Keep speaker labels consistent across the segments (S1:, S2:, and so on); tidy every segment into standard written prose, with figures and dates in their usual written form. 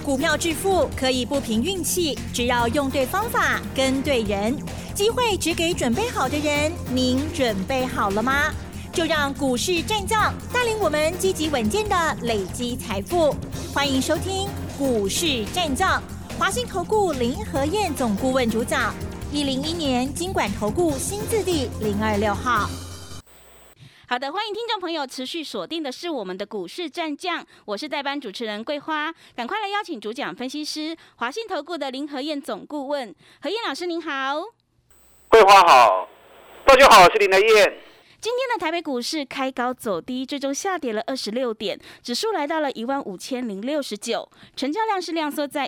S1: 股票致富可以不凭运气，只要用对方法、跟对人。机会只给准备好的人，您准备好了吗？就让股市战将带领我们积极稳健的累积财富。欢迎收听股市战将，华信投顾林和彥总顾问主讲，101年金管投顾新字第026号。
S2: 好的，欢迎听众朋友持续锁定的是我们的股市战将，我是代班主持人桂花，赶快来邀请主讲分析师华信投顾的林和彥总顾问，和彥老师您好。
S3: 桂花好，大家好，我是林和彥。
S2: 今天的台北股市开高走低，最终下跌了26点，指数来到了15069，成交量是量缩在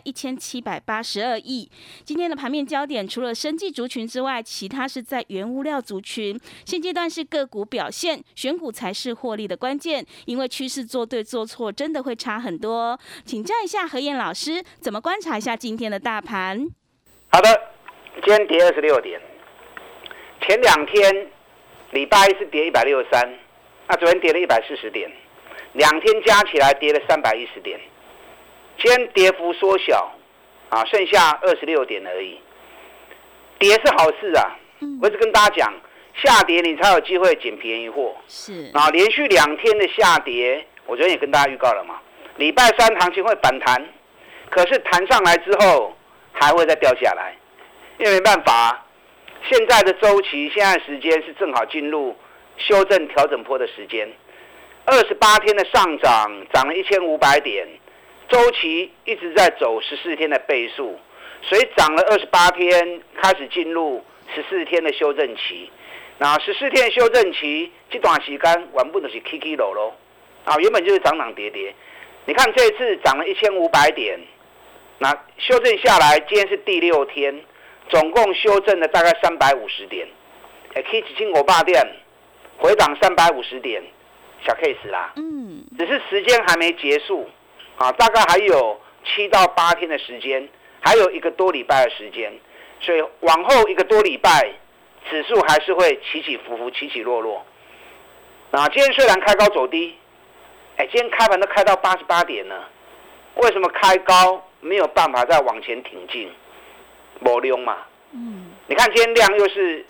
S2: 1782亿。今天的盘面焦点除了生技族群之外，其他是在原物料族群。现阶段是个股表现，选股才是获利的关键，因为趋势做对做错真的会差很多。请教一下和彥老师，怎么观察一下今天的大盘？
S3: 好的，今天跌26点，前两天礼拜一是跌163，那昨天跌了140点，两天加起来跌了310点。今天跌幅缩小，剩下26点而已。跌是好事啊，我一直跟大家讲，下跌你才有机会捡便宜货。
S2: 是。
S3: 然后连续2天的下跌，我昨天也跟大家预告了嘛，礼拜三行情会反弹，可是弹上来之后还会再掉下来，因为没办法。现在的周期，现在时间是正好进入修正调整波的时间。28天的上涨，涨了1500点，周期一直在走14天的倍数，所以涨了28天，开始进入14天的修正期。那14天的修正期，这段时间原本就是起起落落，原本就是涨涨跌跌。你看这一次涨了1500点，那修正下来，今天是第6天。总共修正了大概350点，起1500点，回档350点，小 case 啦。只是时间还没结束，大概还有7到8天的时间，还有1个多礼拜的时间，所以往后1个多礼拜，指数还是会起起伏伏，起起落落。今天虽然开高走低，今天开盘都开到88点了，为什么开高没有办法再往前挺进？没量嘛，你看今天量又是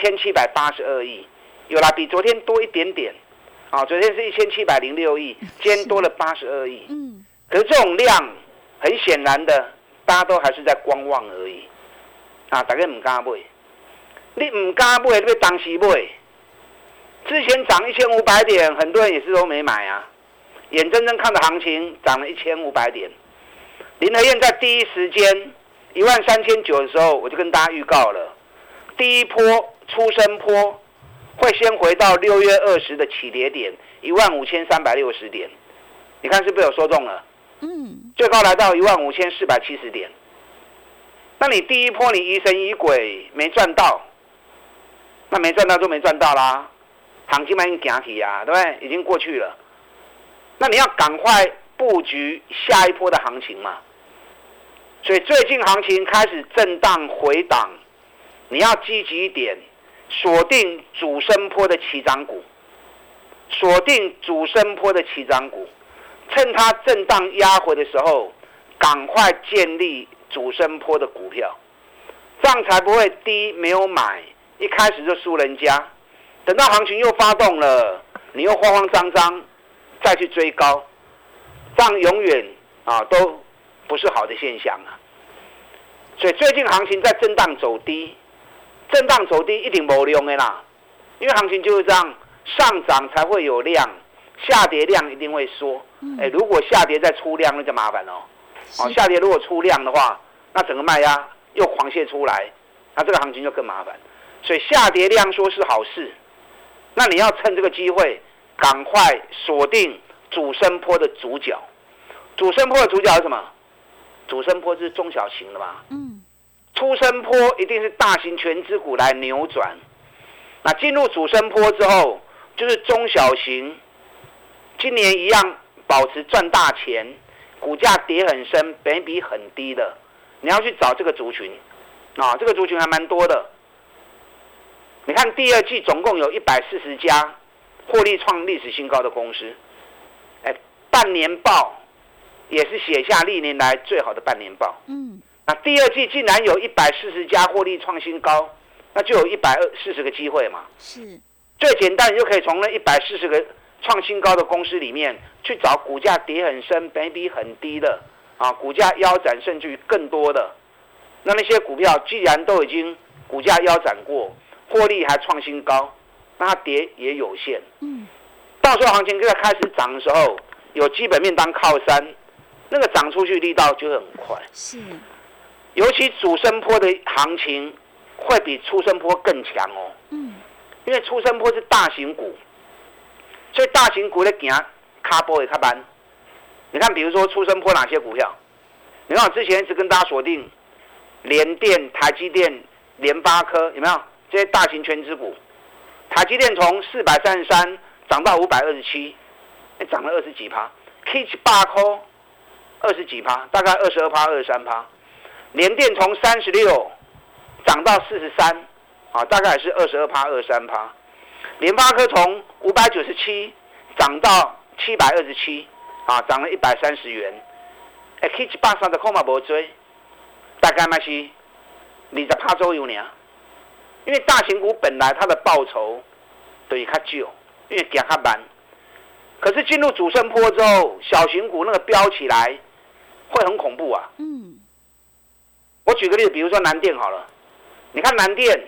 S3: 1782亿，有啦，比昨天多一点点，昨天是1706亿，今天多了82亿，可是这种量很显然的，大家都还是在观望而已，大家不敢买，你不敢买，你要当时买，之前涨1500点，很多人也是都没买啊，眼睁睁看着行情涨了1500点，林和彥在第一时间。13900的时候，我就跟大家预告了，第一波出生波会先回到6月20的起跌点15360点，你看是不是有说中了？最高来到15470点。那你第一波你疑神疑鬼没赚到，那没赚到就没赚到啦，行情已经行起啊，对不对？已经过去了。那你要赶快布局下一波的行情嘛。所以最近行情开始震荡回档，你要积极一点，锁定主升波的起涨股，锁定主升波的起涨股，趁它震荡压回的时候，赶快建立主升波的股票，这样才不会低没有买，一开始就输人家，等到行情又发动了，你又慌慌张张再去追高，这样永远都不是好的现象啊。所以最近行情在震荡走低，震荡走低一定没用的啦，因为行情就是这样，上涨才会有量，下跌量一定会缩。如果下跌再出量那就麻烦了。下跌如果出量的话，那整个卖压又狂泻出来，那这个行情就更麻烦。所以下跌量缩是好事，那你要趁这个机会赶快锁定主升波的主角。主升波的主角是什么？主升波是中小型的嘛，出升波一定是大型全资股来扭转。那进入主升波之后，就是中小型，今年一样保持赚大钱，股价跌很深，本益比很低的，你要去找这个族群，这个族群还蛮多的。你看第二季总共有140家获利创历史新高的公司，半年报也是写下历年来最好的半年报。那第二季竟然有140家获利创新高，那就有140个机会嘛。
S2: 是，
S3: 最简单，你就可以从那140个创新高的公司里面去找股价跌很深、本益比很低的啊，股价腰斩甚至于更多的。那些股票既然都已经股价腰斩过，获利还创新高，那它跌也有限。到时候行情在开始涨的时候，有基本面当靠山，那个涨出去力道就会很快。
S2: 是，
S3: 尤其主升波的行情会比出升波更强哦。因为出升波是大型股，所以大型股在行卡波也卡慢。你看，比如说出升波哪些股票？你看我之前一直跟大家锁定联电、台积电、联发科，有没有这些大型全资股？台积电从433涨到527，涨了20几%。K 8块20几%，大概22%、23%。联电从36涨到43，啊，大概也是22%、23%。联发科从597涨到727，啊，涨了130元。K 130的空嘛无追，大概嘛是20%左右呢。因为大型股本来它的报酬就是较少，因为行较慢。可是进入主升波之后，小型股那个飙起来会很恐怖啊。我举个例子，比如说南电好了，你看南电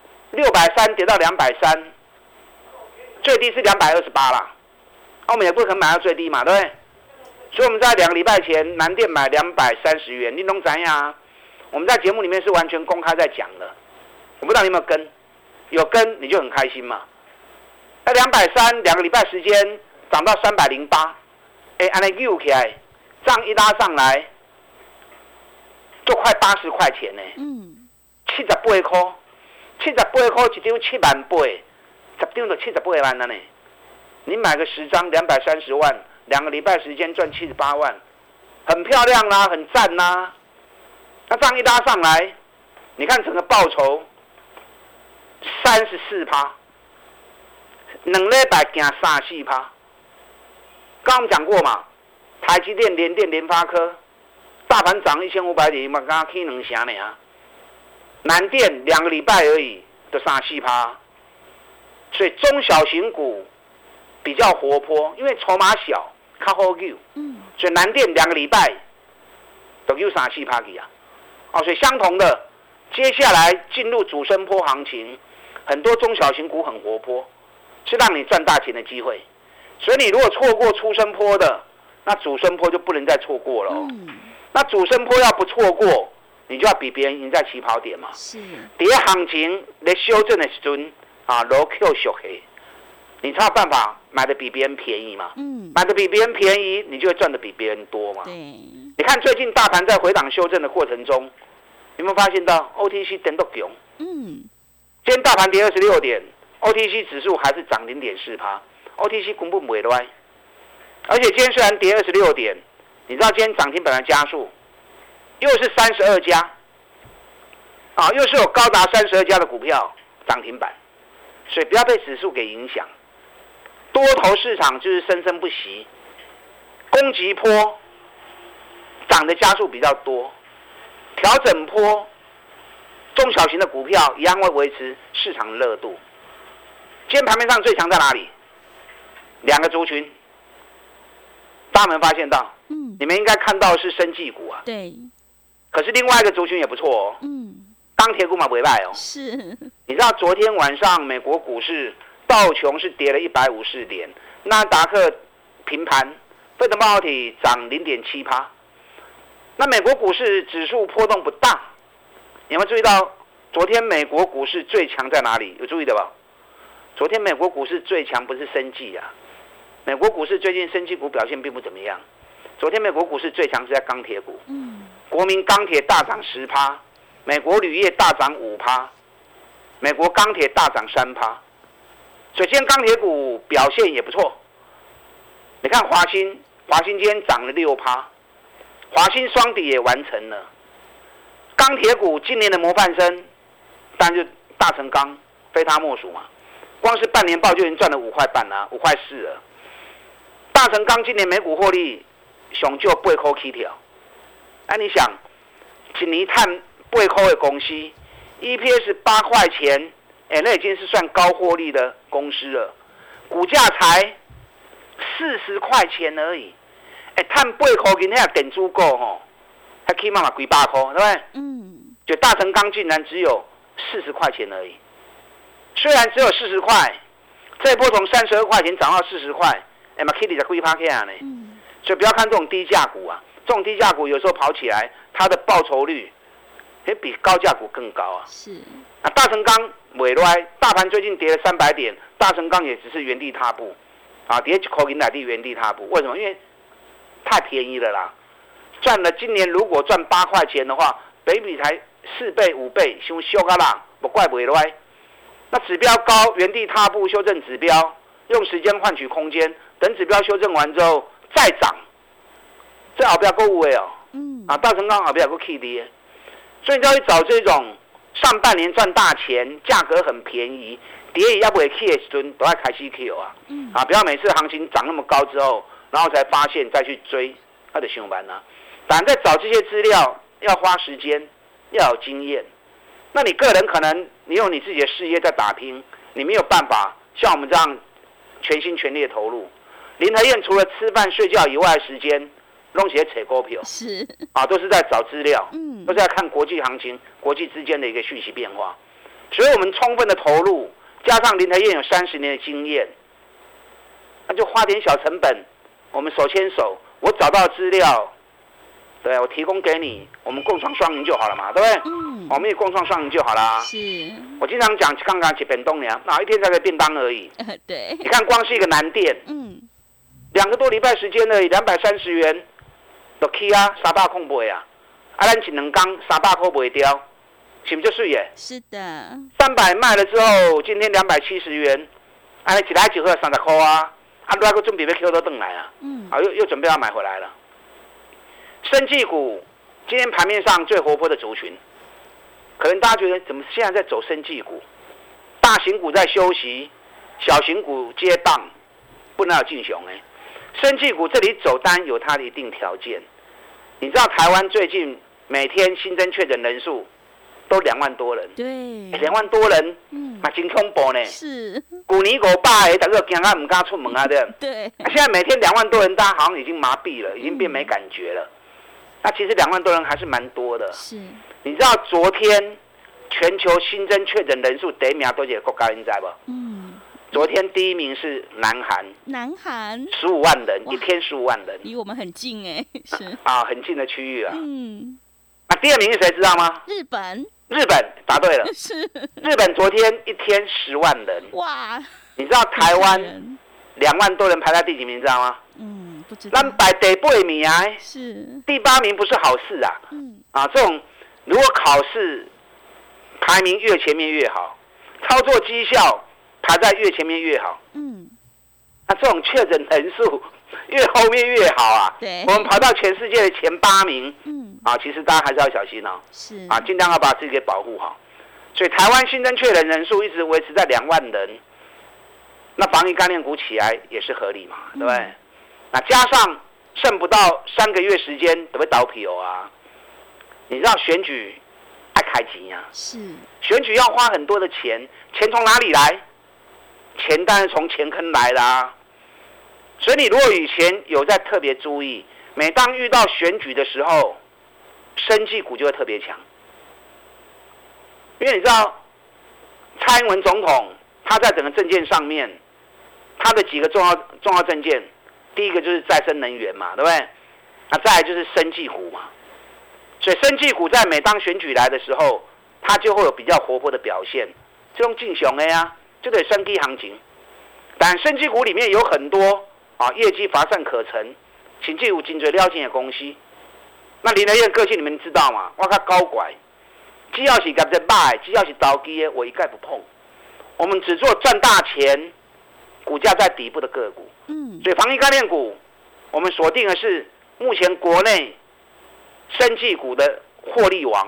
S3: 630跌到230，最低是228啦。我们也不可能买到最低嘛，对不对？所以我们在2个礼拜前南电买230元，你懂怎样啊？我们在节目里面是完全公开在讲的。我不知道你有没有跟，有跟你就很开心嘛。那230 2个礼拜时间涨到308，按那溜起来，账一拉上来，就快80块钱呢。78块，78块一张78000，10张就78万了呢。你买个10张230万，2个礼拜时间赚78万，很漂亮啦，很赞啦。那账一拉上来，你看整个报酬34%，2礼拜行34%。刚刚我们讲过嘛，台积电、联电、联发科，大盘涨1500点嘛，刚刚起2成呢啊。南电2个礼拜而已，就34%。所以中小型股比较活泼，因为筹码小，较好救。所以南电2个礼拜都有34%去啊。所以相同的，接下来进入主升波行情，很多中小型股很活泼，是让你赚大钱的机会。所以你如果错过出升波的，那主升波就不能再错过了。那主升波要不错过，你就要比别人赢在起跑点嘛。是。跌行情在修正的时候啊，落 Q 小黑，你才有办法买的比别人便宜嘛。买的比别人便宜，你就会赚的比别人多嘛。对。你看最近大盘在回档修正的过程中，有没有发现到 OTC 等都强？今天大盘跌26点 ，OTC 指数还是涨0.4%，OTC 根本不会衰。而且今天虽然跌26点，你知道今天涨停板的家数又是32家，啊，又是有高达32家的股票涨停板，所以不要被指数给影响。多头市场就是生生不息，攻击波涨的家数比较多，调整波中小型的股票一样会维持市场热度。今天盘面上最强在哪里？2个族群，大家有没有发现到？你们应该看到是生技股啊。对。可是另外一个族群也不错哦。钢铁股嘛不坏哦。是。你知道昨天晚上美国股市道琼是跌了154点，纳达克平盘，费城半导体涨0.7%。那美国股市指数波动不大，有没有注意到昨天美国股市最强在哪里？有注意的吧？昨天美国股市最强不是生技啊，美国股市最近生技股表现并不怎么样。昨天美国股市最强是在钢铁股，国民钢铁大涨10%，美国铝业大涨5%，美国钢铁大涨3%。所以今天钢铁股表现也不错。你看华兴今天涨了6%，华兴双底也完成了。钢铁股今年的模范生，当然就大成钢，非他莫属嘛。光是半年报就已经赚了5块半了，5块4了。大成钢今年每股获利上少8块起跳。你想，一年赚8块的公司 ，EPS 8块钱，那已经是算高获利的公司了，股价才40块钱而已。赚8块钱那电子股还起码几百块，对不对？就大成钢竟然只有40块钱而已。虽然只有40块，这一波从32块钱涨到40块，嘛起20几趴起来呢。所以不要看这种低价股啊，这种低价股有时候跑起来，它的报酬率也比高价股更高啊。
S2: 是
S3: 大成钢袂赖，大盘最近跌了300点，大成钢也只是原地踏步，跌1块钱内底原地踏步。为什么？因为太便宜了啦，赚了今年如果赚8块钱的话，本益比才4倍5倍，伤俗啊啦，不怪袂赖。那指标高，原地踏步修正指标，用时间换取空间，等指标修正完之后再涨，这后边还有的哦。大成钢后边还有起跌，所以你就要去找这种上半年赚大钱，价格很便宜，跌也不会起的时阵，都要开始 Q 啊。不要每次行情涨那么高之后，然后才发现再去追，那就上班啊。当然在找这些资料要花时间，要有经验。那你个人可能你有你自己的事业在打拼，你没有办法像我们这样全心全力的投入。林和燕除了吃饭睡觉以外的时间，弄些扯股票，
S2: 是
S3: 都是在找资料，都是在看国际行情、国际之间的一个讯息变化。所以我们充分的投入，加上林和燕有30年的经验，那就花点小成本，我们手牵手，我找到资料，对，我提供给你，我们共创双赢就好了嘛，对不对？我们也共创双赢就好啦。
S2: 是，
S3: 我经常讲，刚刚吃便当呢，一天才个便当而已。
S2: 对，
S3: 你看光是一个南店，2个多礼拜时间而已，230元，就起啊，300块卖啊，咱一2天300块卖掉，是不是就水耶？
S2: 是的。
S3: 300卖了之后，今天270元，一来就喝30块啊，另外个准备要 Q 都回来啊，又准备要买回来了。生技股今天盘面上最活泼的族群，可能大家觉得怎么现在在走生技股？大型股在休息，小型股接棒，不能有进雄生技股这里走单有它的一定条件。你知道台湾最近每天新增确诊人数都2万多人，
S2: 对
S3: ，2万多人，真恐怖呢。
S2: 是，
S3: 去年500个，大家惊啊，唔敢出门啊，对。
S2: 对。
S3: 现在每天2万多人，大家好像已经麻痹了，已经变没感觉了。那其实2万多人还是蛮多的。
S2: 是。
S3: 你知道昨天全球新增确诊人数第一名多少个国家？你知道不？昨天第一名是南韩。南韩15万人，一天15万人，
S2: 离我们很近是。
S3: 很近的区域啊。第2名是谁知道吗？
S2: 日本。
S3: 日本答对了。
S2: 是。
S3: 日本昨天一天10万人。
S2: 哇！
S3: 你知道台湾2万多人排在第几名？知道吗？
S2: 不知道。
S3: 咱排第8名
S2: 是。第
S3: 8名不是好事啊。这种如果考试排名越前面越好，操作绩效排在越前面越好。那这种确诊人数越后面越好啊。
S2: 对。
S3: 我们跑到全世界的前8名。其实大家还是要小心
S2: 是。
S3: 尽量要把自己给保护好。所以台湾新增确诊人数一直维持在2万人，那防疫概念股起来也是合理嘛，对不对？那加上剩不到3个月时间都会倒皮啊。你知道选举爱开钱啊，
S2: 是。
S3: 选举要花很多的钱，钱从哪里来？钱当然从钱坑来啦。所以你如果以前有在特别注意，每当遇到选举的时候，生技股就会特别强。因为你知道，蔡英文总统他在整个政见上面，他的几个重要政见，第一个就是再生能源嘛，对不对？那再来就是生技股嘛。所以生技股在每当选举来的时候，它就会有比较活泼的表现。这种进雄的呀，就得升低行情。但生技股里面有很多业绩乏善可陈，甚至有真多了解的公司。那林和燕个性你们知道吗？我较高拐，只要是业绩歹，只要是投机的，我一概不碰。我们只做赚大钱，股价在底部的个股。所以防疫概念股，我们锁定的是目前国内生技股的获利王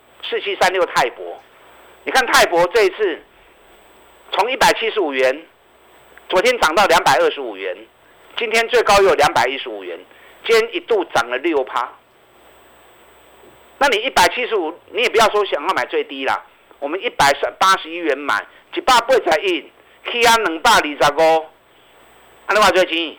S3: ，4736泰博。你看泰博这一次从175元，昨天涨到225元，今天最高有215元， 今天一度涨了6%。那你175，你也不要说想要买最低啦，我们181元买，181起啊225，你话最钱，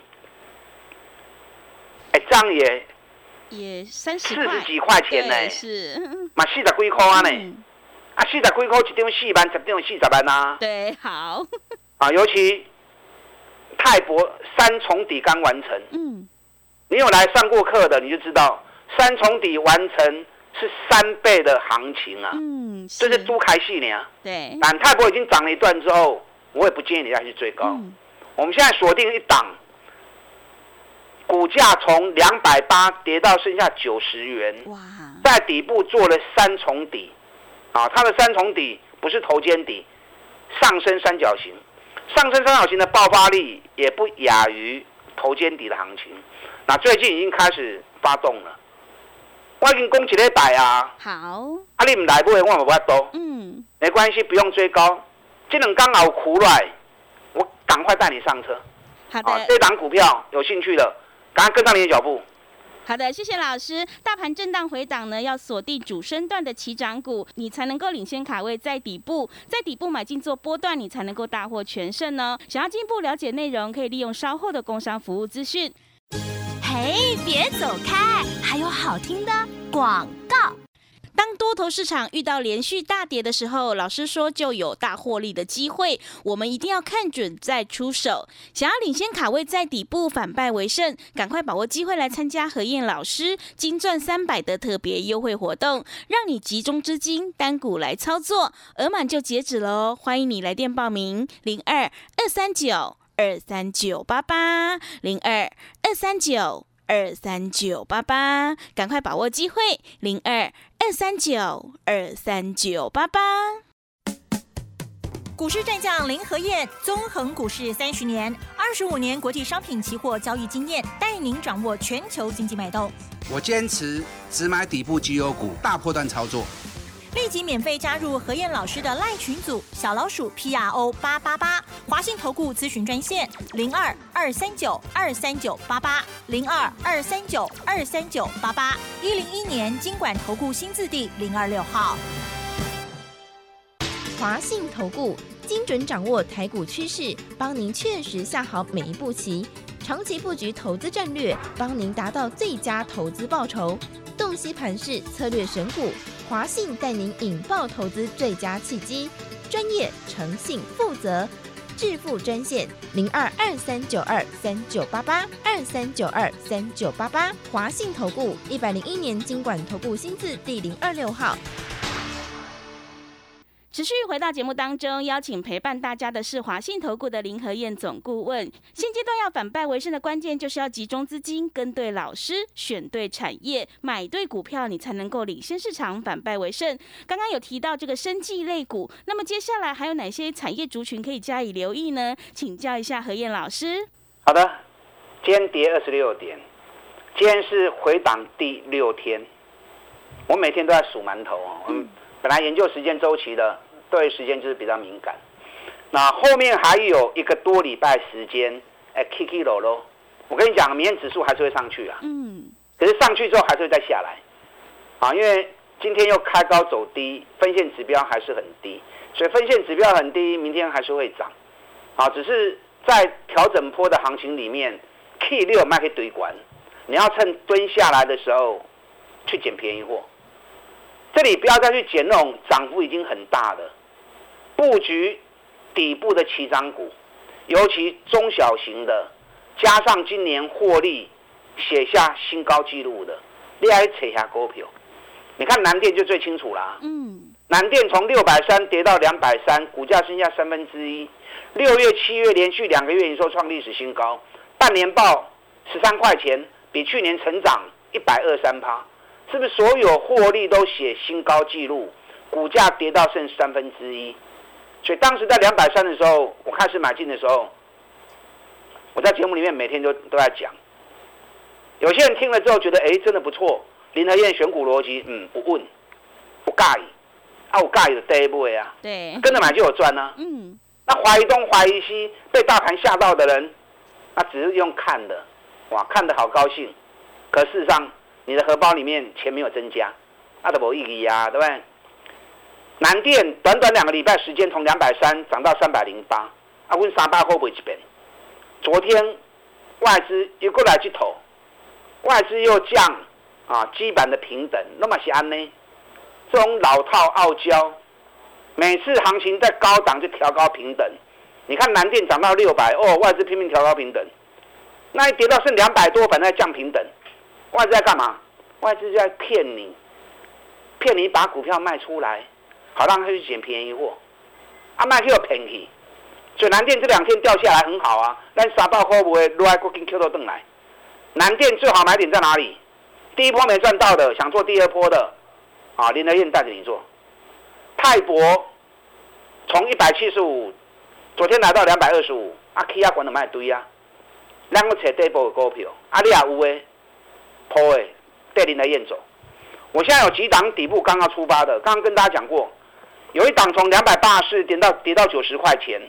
S3: 这样
S2: 也40
S3: 几块钱呢，
S2: 是，
S3: 嘛40几块啊呢，40几块一张4万，10张40万啊。
S2: 对，好。
S3: 尤其泰博3重底刚完成，你有来上过课的，你就知道3重底完成是3倍的行情啊，这是都开戏呢。
S2: 对，
S3: 但泰博已经涨了一段之后，我也不建议你再去追高。我们现在锁定一档，股价从280跌到剩下90元，哇，在底部做了3重底，它的3重底不是头肩底，上升三角形。上升三角形的爆发力也不亚于头肩底的行情，那最近已经开始发动了。我已经讲一礼拜啊，
S2: 好，
S3: 你不来买，我也不要多，没关系，不用追高。这两刚好苦来，我赶快带你上车。
S2: 好的，
S3: 这档股票有兴趣的，赶快跟上你的脚步。
S2: 好的，谢谢老师。大盘震荡回档呢，要锁定主升段的起涨股，你才能够领先卡位在底部，在底部买进做波段，你才能够大获全胜哦。想要进一步了解内容，可以利用稍后的工商服务资讯。
S1: 嘿，别走开，还有好听的广告。
S2: 当多头市场遇到连续大跌的时候，老师说就有大获利的机会，我们一定要看准再出手。想要领先卡位在底部，反败为胜，赶快把握机会来参加何燕老师金赚300的特别优惠活动，让你集中资金单股来操作，额满就截止了哦。欢迎你来电报名02-239-23988 02-239-23988，赶快把握机会，02-239-23988。
S1: 股市战将林和彥，纵横股市30年，25年国际商品期货交易经验，带您掌握全球经济脉动。
S4: 我坚持只买底部绩优股，大波段操作。
S1: 立即免费加入何燕老师的赖群组，小老鼠 PRO888，华信投顾咨询专线02-239-23988 02-239-23988，101年金管投顾新字第026号。
S5: 华信投顾精准掌握台股趋势，帮您确实下好每一步棋，长期布局投资战略，帮您达到最佳投资报酬。洞悉盘势，策略选股，华信带您引爆投资最佳契机，专业、诚信、负责。致富专线02-2392-3988 2392-3988，华信投顾101年金管投顾新字第026号。
S2: 持续回到节目当中，邀请陪伴大家的是华信投顾的林和彥总顾问。现阶段要反败为胜的关键，就是要集中资金，跟对老师，选对产业，买对股票，你才能够领先市场，反败为胜。刚刚有提到这个生技类股，那么接下来还有哪些产业族群可以加以留意呢？请教一下和彥老师。
S3: 好的，今天跌26点，今天是回档第6天，我每天都在数馒头哦。本来研究时间周期的，对时间就是比较敏感。那后面还有1个多礼拜时间，Kiki 落咯。我跟你讲，明天指数还是会上去啊。可是上去之后还是会再下来，因为今天又开高走低，分线指标还是很低，所以分线指标很低，明天还是会涨。只是在调整波的行情里面 ，K6 卖去堆管，你要趁蹲下来的时候去捡便宜货。这里不要再去捡那种涨幅已经很大的，布局底部的起涨股，尤其中小型的，加上今年获利写下新高纪录的，你还扯下股票。你看南电就最清楚啦。南电从630跌到230，股价剩下1/3。6月、7月连续2个月营收创历史新高，半年报13块钱，比去年成长123%。是不是所有获利都写新高纪录？股价跌到剩1/3，所以当时在230的时候，我开始买进的时候，我在节目里面每天都在讲。有些人听了之后觉得，真的不错，林和彥选股逻辑，不问，不介意，有介意就第一买啊，
S2: 对，
S3: 跟着买就有赚啊。那怀疑东怀疑西，被大盘吓到的人，那只是用看的，哇，看得好高兴。 可事实上你的荷包里面钱没有增加，那都没意义啊，对不对？南电短短2个礼拜时间从230涨到308，啊，我们300块买一遍。昨天外资又过来去投，外资又降基本的平等，那么是安呢？这种老套傲娇，每次行情在高档就调高平等。你看南电涨到600，外资拼命调高平等，那一跌到剩200多，反正在降平等，外资在干嘛？外资在骗你，骗你把股票卖出来，好让他去捡便宜货，卖去又便宜。所以南电这2天掉下来很好啊，咱300块不会落来过跟 Q 都回来。南电最好买点在哪里？第一波没赚到的，想做第二波的，林和燕带着你做。泰博从175，昨天来到225，起啊管就卖堆啊。咱个找底部的股票，你也有的，铺的带林和燕走。我现在有几档底部刚刚出发的，刚刚跟大家讲过，有一档从284跌到90块钱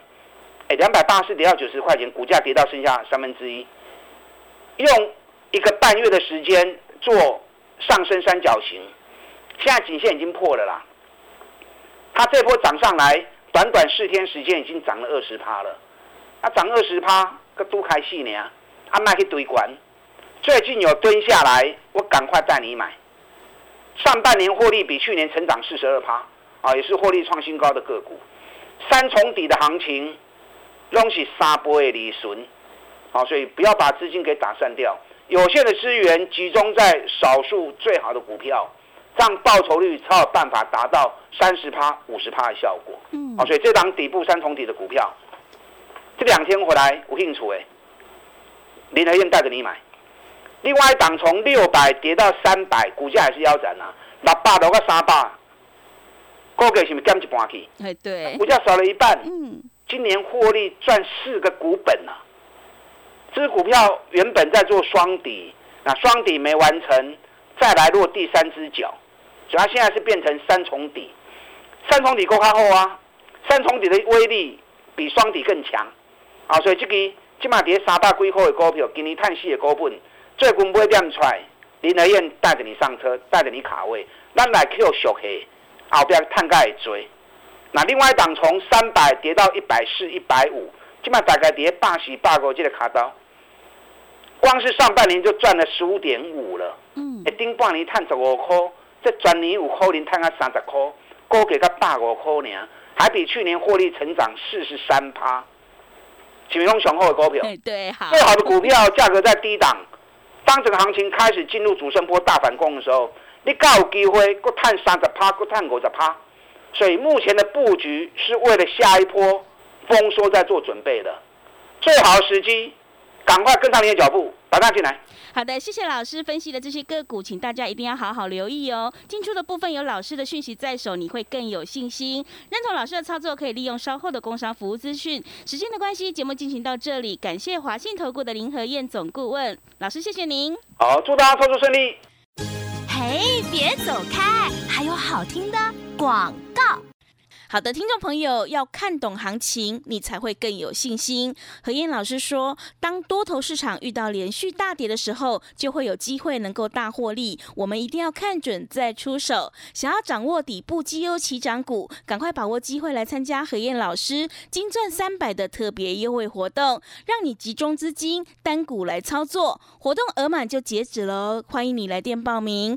S3: ，284跌到90块钱，股价跌到剩下1/3，用1个半月的时间做上升三角形，现在颈线已经破了啦。它这波涨上来，短短4天时间已经涨了20%了，涨20%，个都开戏呢，卖去堆关。最近有蹲下来，我赶快带你买。上半年获利比去年成长42%，也是获利创新高的个股。三重底的行情，都是3倍的利润，所以不要把资金给打散掉。有限的资源集中在少数最好的股票，这样报酬率才有办法达到30%、50%的效果。所以这档底部三重底的股票，这2天回来有兴趣的，林和燕带着你买。另外一档从600跌到300，股价还是腰斩啊，600落到300，股价是不是减一半去？
S2: 对，
S3: 股价少了一半。今年获利赚4个股本啊。这支股票原本在做双底，那双底没完成，再来落第3只脚，所以它现在是变成3重底。3重底够靠后啊，3重底的威力比双底更强所以这个现在跌300几块的股票，今年赚4个股本。最近买点出来，林和燕带着你上车，带着你卡位，咱来 Q 熟起，后边探价会追。那另外一档从300跌到140、150，现在大概跌80、85这个卡刀，光是上半年就赚了15.5了。顶半年赚15块，这全年有可能赚到30块，股价才85块呢，还比去年获利成长43%。是不是拢上好的股票？
S2: 对，好。
S3: 最好的股票价格在低档。当整个行情开始进入主升波大反攻的时候，你才有机会再赚30%，再赚50%。所以目前的布局是为了下一波丰收在做准备的，最好的时机，赶快跟上你的脚步，把它进来。
S2: 好的，谢谢老师分析的这些个股，请大家一定要好好留意哦。进出的部分有老师的讯息在手，你会更有信心。认同老师的操作，可以利用稍后的工商服务资讯。时间的关系，节目进行到这里，感谢华信投顾的林和燕总顾问老师，谢谢您。
S3: 好，祝大家操作顺利。
S1: 嘿，别走开，还有好听的广告。
S2: 好的，听众朋友，要看懂行情，你才会更有信心。和燕老师说，当多头市场遇到连续大跌的时候，就会有机会能够大获利。我们一定要看准再出手。想要掌握底部绩优起涨股，赶快把握机会来参加和燕老师金钻300的特别优惠活动，让你集中资金单股来操作。活动额满就截止了，欢迎你来电报名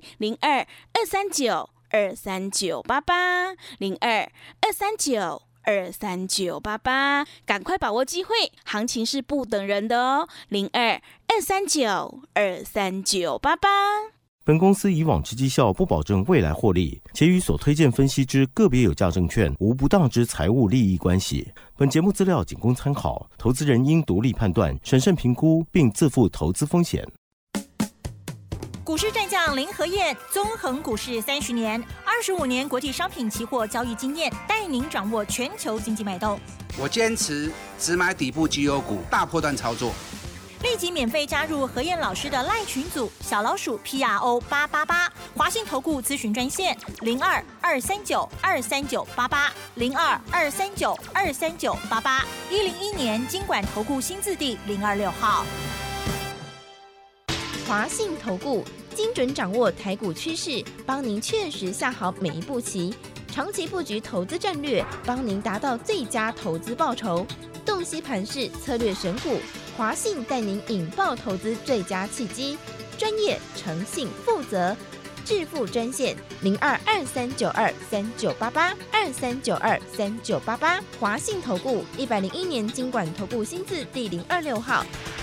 S2: 02-239-23988 02-239-23988，赶快把握机会，行情是不等人的哦。02-239-23988。
S6: 本公司以往之绩效不保证未来获利，且与所推荐分析之个别有价证券无不当之财务利益关系。本节目资料仅供参考，投资人应独立判断、审慎评估，并自负投资风险。
S1: 股市战将林和燕，纵横股市30年，25年国际商品期货交易经验，带您掌握全球经济脉动。
S4: 我坚持只买底部绩优股，大波段操作。
S1: 立即免费加入和燕老师的LINE群组，小老鼠 PRO888，华信投顾咨询专线02-239-23988 02-239-23988，101年金管投顾新字第026号。
S5: 华信投顾，精准掌握台股趋势，帮您确实下好每一步棋，长期布局投资战略，帮您达到最佳投资报酬。洞悉盘势，策略选股，华信带您引爆投资最佳契机，专业、诚信、负责。致富专线0223923988，23923988，华信投顾101年金管投顾新字第026号。